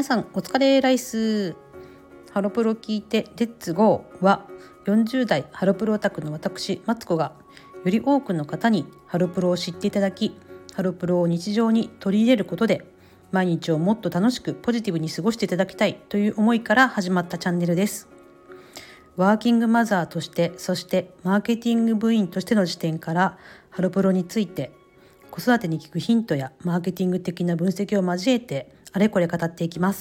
皆さんお疲れライス。ハロプロ聞いてレッツゴーは40代ハロプロオタクの私マツコがより多くの方にハロプロを知っていただき、ハロプロを日常に取り入れることで毎日をもっと楽しくポジティブに過ごしていただきたいという思いから始まったチャンネルです。ワーキングマザーとして、そしてマーケティング部員としての視点からハロプロについて、子育てに効くヒントやマーケティング的な分析を交えてあれこれ語っていきます。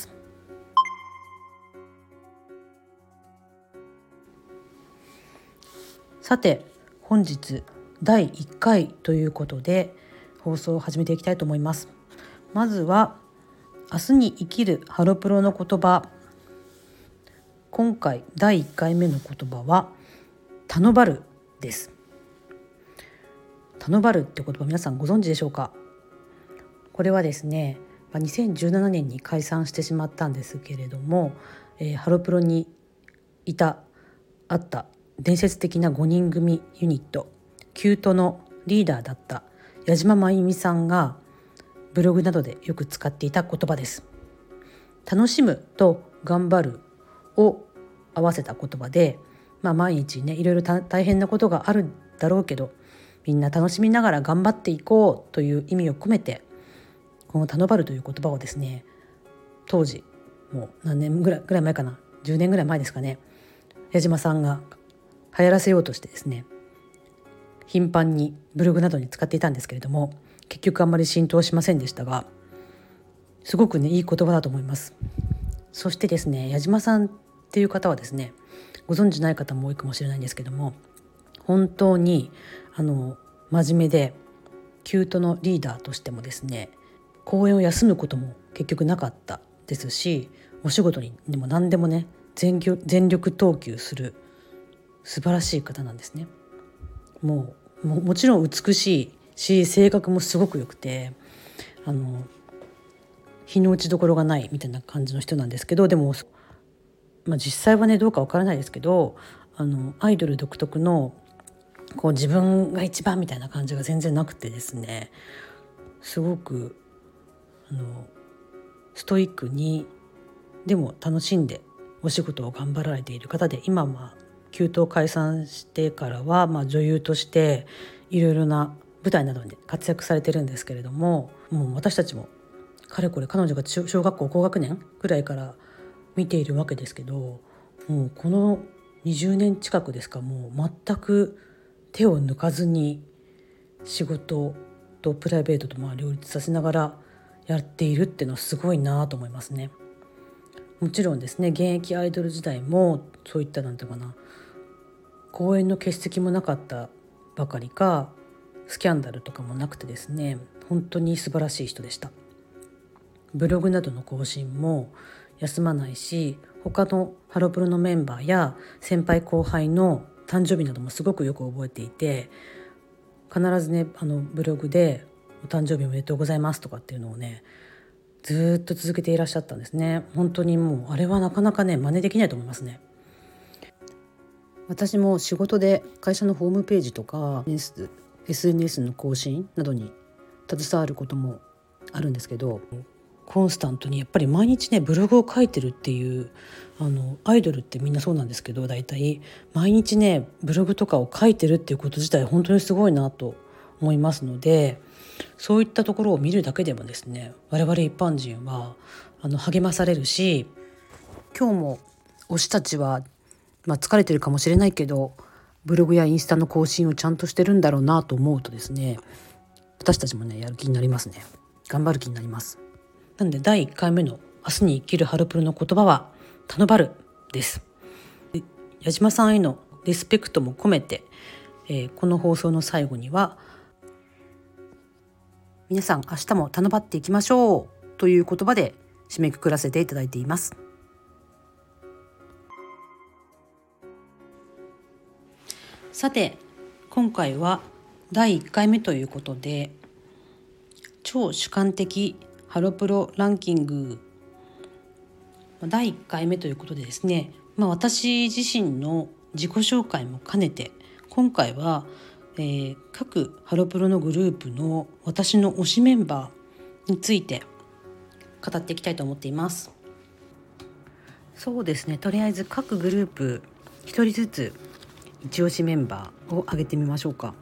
さて、本日第1回ということで放送を始めていきたいと思います。まずは明日に生きるハロプロの言葉。今回第1回目の言葉はたのばるです。たのばるって言葉、皆さんご存知でしょうか？これはですね、2017年に解散してしまったんですけれども、ハロプロにあった伝説的な5人組ユニットキュートのリーダーだった矢島真由美さんがブログなどでよく使っていた言葉です。楽しむと頑張るを合わせた言葉で、毎日ね、いろいろ大変なことがあるだろうけど、みんな楽しみながら頑張っていこうという意味を込めて、このたのばるという言葉をですね、当時もう何年ぐらい前かな、10年ぐらい前ですかね、矢島さんが流行らせようとしてですね、頻繁にブログなどに使っていたんですけれども、結局あんまり浸透しませんでしたが、すごくね、いい言葉だと思います。そしてですね、矢島さんっていう方はですね、ご存知ない方も多いかもしれないんですけども、本当に真面目でキュートのリーダーとしてもですね、公演を休むことも結局なかったですし、お仕事にでも何でもね、全力投球する素晴らしい方なんですね。もちろん美しいし、性格もすごく良くて、日の打ちどころがないみたいな感じの人なんですけど、でも、実際はね、どうかわからないですけど、アイドル独特の自分が一番みたいな感じが全然なくてですね、すごくストイックにでも楽しんでお仕事を頑張られている方で、今はキュートを解散してからは、女優としていろいろな舞台などで活躍されてるんですけれども、もう私たちもかれこれ彼女が小学校高学年くらいから見ているわけですけど、もうこの20年近くですか、もう全く手を抜かずに仕事とプライベートと両立させながらやっているっていうのはすごいなと思いますね。もちろんですね、現役アイドル時代もそういった公演の欠席もなかったばかりか、スキャンダルとかもなくてですね、本当に素晴らしい人でした。ブログなどの更新も休まないし、他のハロプロのメンバーや先輩後輩の誕生日などもすごくよく覚えていて、必ずね、ブログでお誕生日おめでとうございますとかっていうのをね、ずっと続けていらっしゃったんですね。本当にもうあれはなかなかね、真似できないと思いますね。私も仕事で会社のホームページとか SNS の更新などに携わることもあるんですけど、コンスタントにやっぱり毎日ね、ブログを書いてるっていう、アイドルってみんなそうなんですけど、大体毎日ね、ブログとかを書いてるっていうこと自体本当にすごいなと思いますので、そういったところを見るだけでもですね、我々一般人は励まされるし、今日も推したちは、疲れてるかもしれないけどブログやインスタの更新をちゃんとしてるんだろうなと思うとですね、私たちもね、やる気になりますね。頑張る気になります。なので第1回目の明日に生きるハロプロの言葉はたのばるです。矢島さんへのリスペクトも込めて、この放送の最後には、皆さん明日もたのばっていきましょうという言葉で締めくくらせていただいています。さて、今回は第1回目ということで、超主観的ハロプロランキング第1回目ということでですね、私自身の自己紹介も兼ねて、今回は、各ハロプロのグループの私の推しメンバーについて語っていきたいと思っています。 そうですね、とりあえず各グループ一人ずつ一押しメンバーを挙げてみましょうか。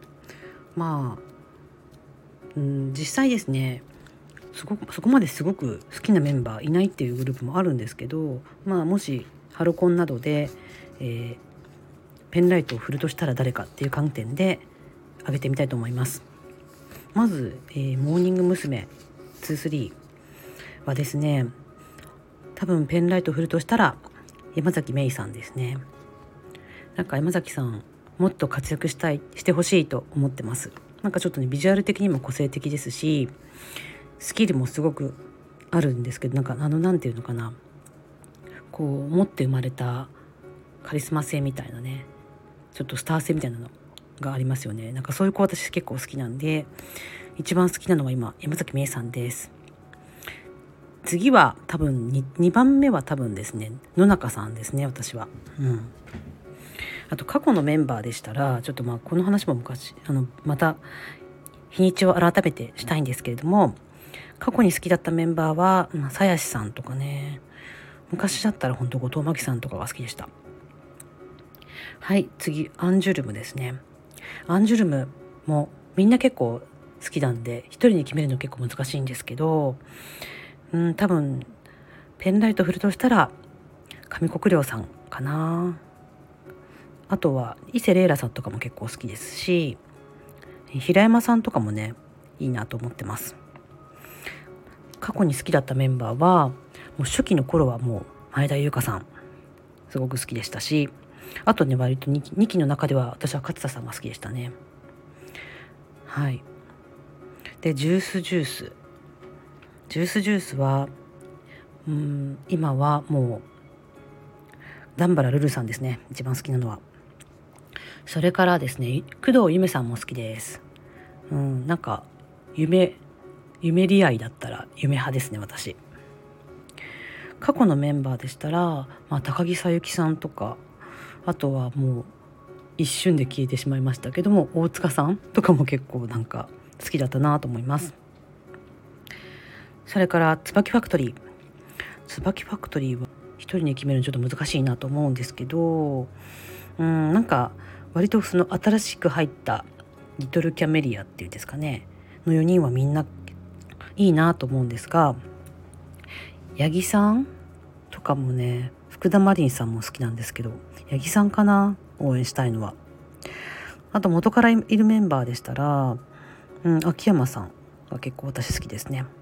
実際ですね、そこまですごく好きなメンバーいないっていうグループもあるんですけど、もしハロコンなどで、ペンライトを振るとしたら誰かっていう観点で挙げてみたいと思います。まず、モーニング娘。23はですね、多分ペンライト振るとしたら山崎芽衣さんですね。なんか山崎さんもっと活躍してほしいと思ってます。なんかちょっとね、ビジュアル的にも個性的ですし、スキルもすごくあるんですけど、なんていうのかな、こう持って生まれたカリスマ性みたいなね、ちょっとスター性みたいなのがありますよね。なんかそういう子私結構好きなんで、一番好きなのは今山崎芽衣さんです。次は多分 2番目は多分ですね、野中さんですね、私は。あと過去のメンバーでしたら、ちょっとこの話もまた日にちを改めてしたいんですけれども、過去に好きだったメンバーは鞘師さんとかね、昔だったら本当後藤真希さんとかが好きでした。はい、次アンジュルムですね。アンジュルムもみんな結構好きなんで一人に決めるの結構難しいんですけど、多分ペンライト振るとしたら上国良さんかな。あとは伊勢玲良さんとかも結構好きですし、平山さんとかもねいいなと思ってます。過去に好きだったメンバーはもう初期の頃はもう前田優香さんすごく好きでしたし、あとね割と2期の中では私は勝田さんが好きでしたね。はい。でジュースは今はもう段原ルルさんですね、一番好きなのは。それからですね、工藤ゆめさんも好きです。なんか夢利愛だったら夢派ですね、私。過去のメンバーでしたら、高木さゆきさんとか、あとはもう一瞬で消えてしまいましたけども大塚さんとかも結構なんか好きだったなと思います。それから椿ファクトリーは一人に決めるのちょっと難しいなと思うんですけど、なんか割とその新しく入ったリトルキャメリアっていうんですかねの4人はみんないいなと思うんですが、八木さんとかもね、福田マリンさんも好きなんですけど、八木さんかな、応援したいのは。あと元からいるメンバーでしたら、秋山さんが結構私好きですね。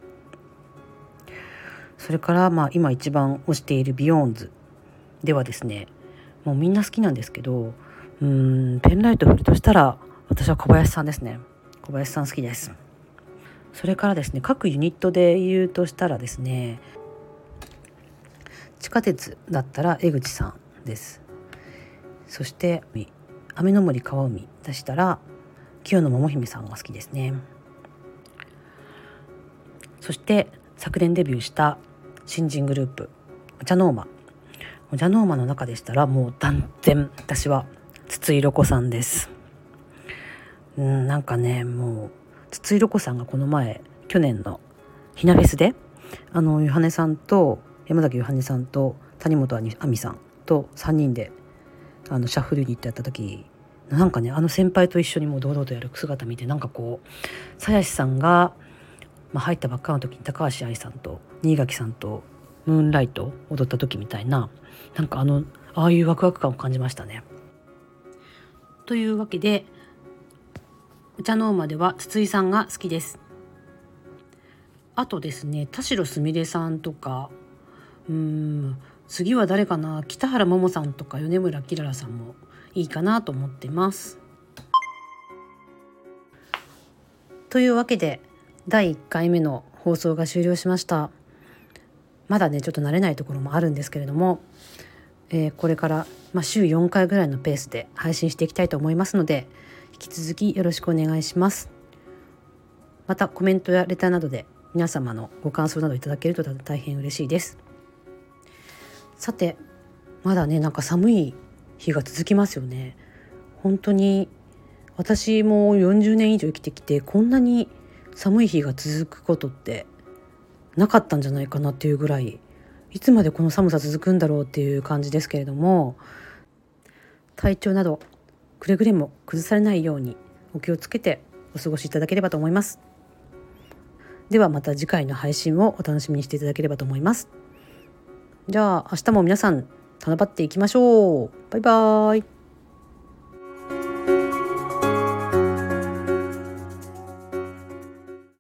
それから今一番推しているビヨーンズではですね、もうみんな好きなんですけど、ペンライト振るとしたら私は小林さんですね。小林さん好きです。それからですね、各ユニットで言うとしたらですね、地下鉄だったら江口さんです。そして雨の森川海でしたら清野桃姫さんが好きですね。そして昨年デビューした新人グループお茶の間の中でしたらもう断然私は筒井ロコさんです。なんかね、もう筒井ロコさんがこの前去年のひなフェスでゆはねさんと山崎ゆはねさんと谷本亜美さんと3人でシャッフルユニットやった時、なんかね先輩と一緒にもう堂々とやる姿見て、なんかこう鞘師さんが、入ったばっかの時に高橋愛さんと新垣さんとムーンライト踊った時みたいな、なんかああいうワクワク感を感じましたね。というわけでお茶の間では筒井さんが好きです。あとですね、田代すみれさんとか、次は誰かな、北原桃さんとか米村きららさんもいいかなと思ってます。というわけで第1回目の放送が終了しました。まだねちょっと慣れないところもあるんですけれども、これから、週4回ぐらいのペースで配信していきたいと思いますので、引き続きよろしくお願いします。またコメントやレターなどで皆様のご感想などいただけると大変嬉しいです。さて、まだねなんか寒い日が続きますよね。本当に私も40年以上生きてきてこんなに寒い日が続くことってなかったんじゃないかなっていうぐらいいつまでこの寒さ続くんだろうっていう感じですけれども、体調などくれぐれも崩されないようにお気をつけてお過ごしいただければと思います。ではまた次回の配信をお楽しみにしていただければと思います。じゃあ明日も皆さん七夕っていきましょう。バイバーイ。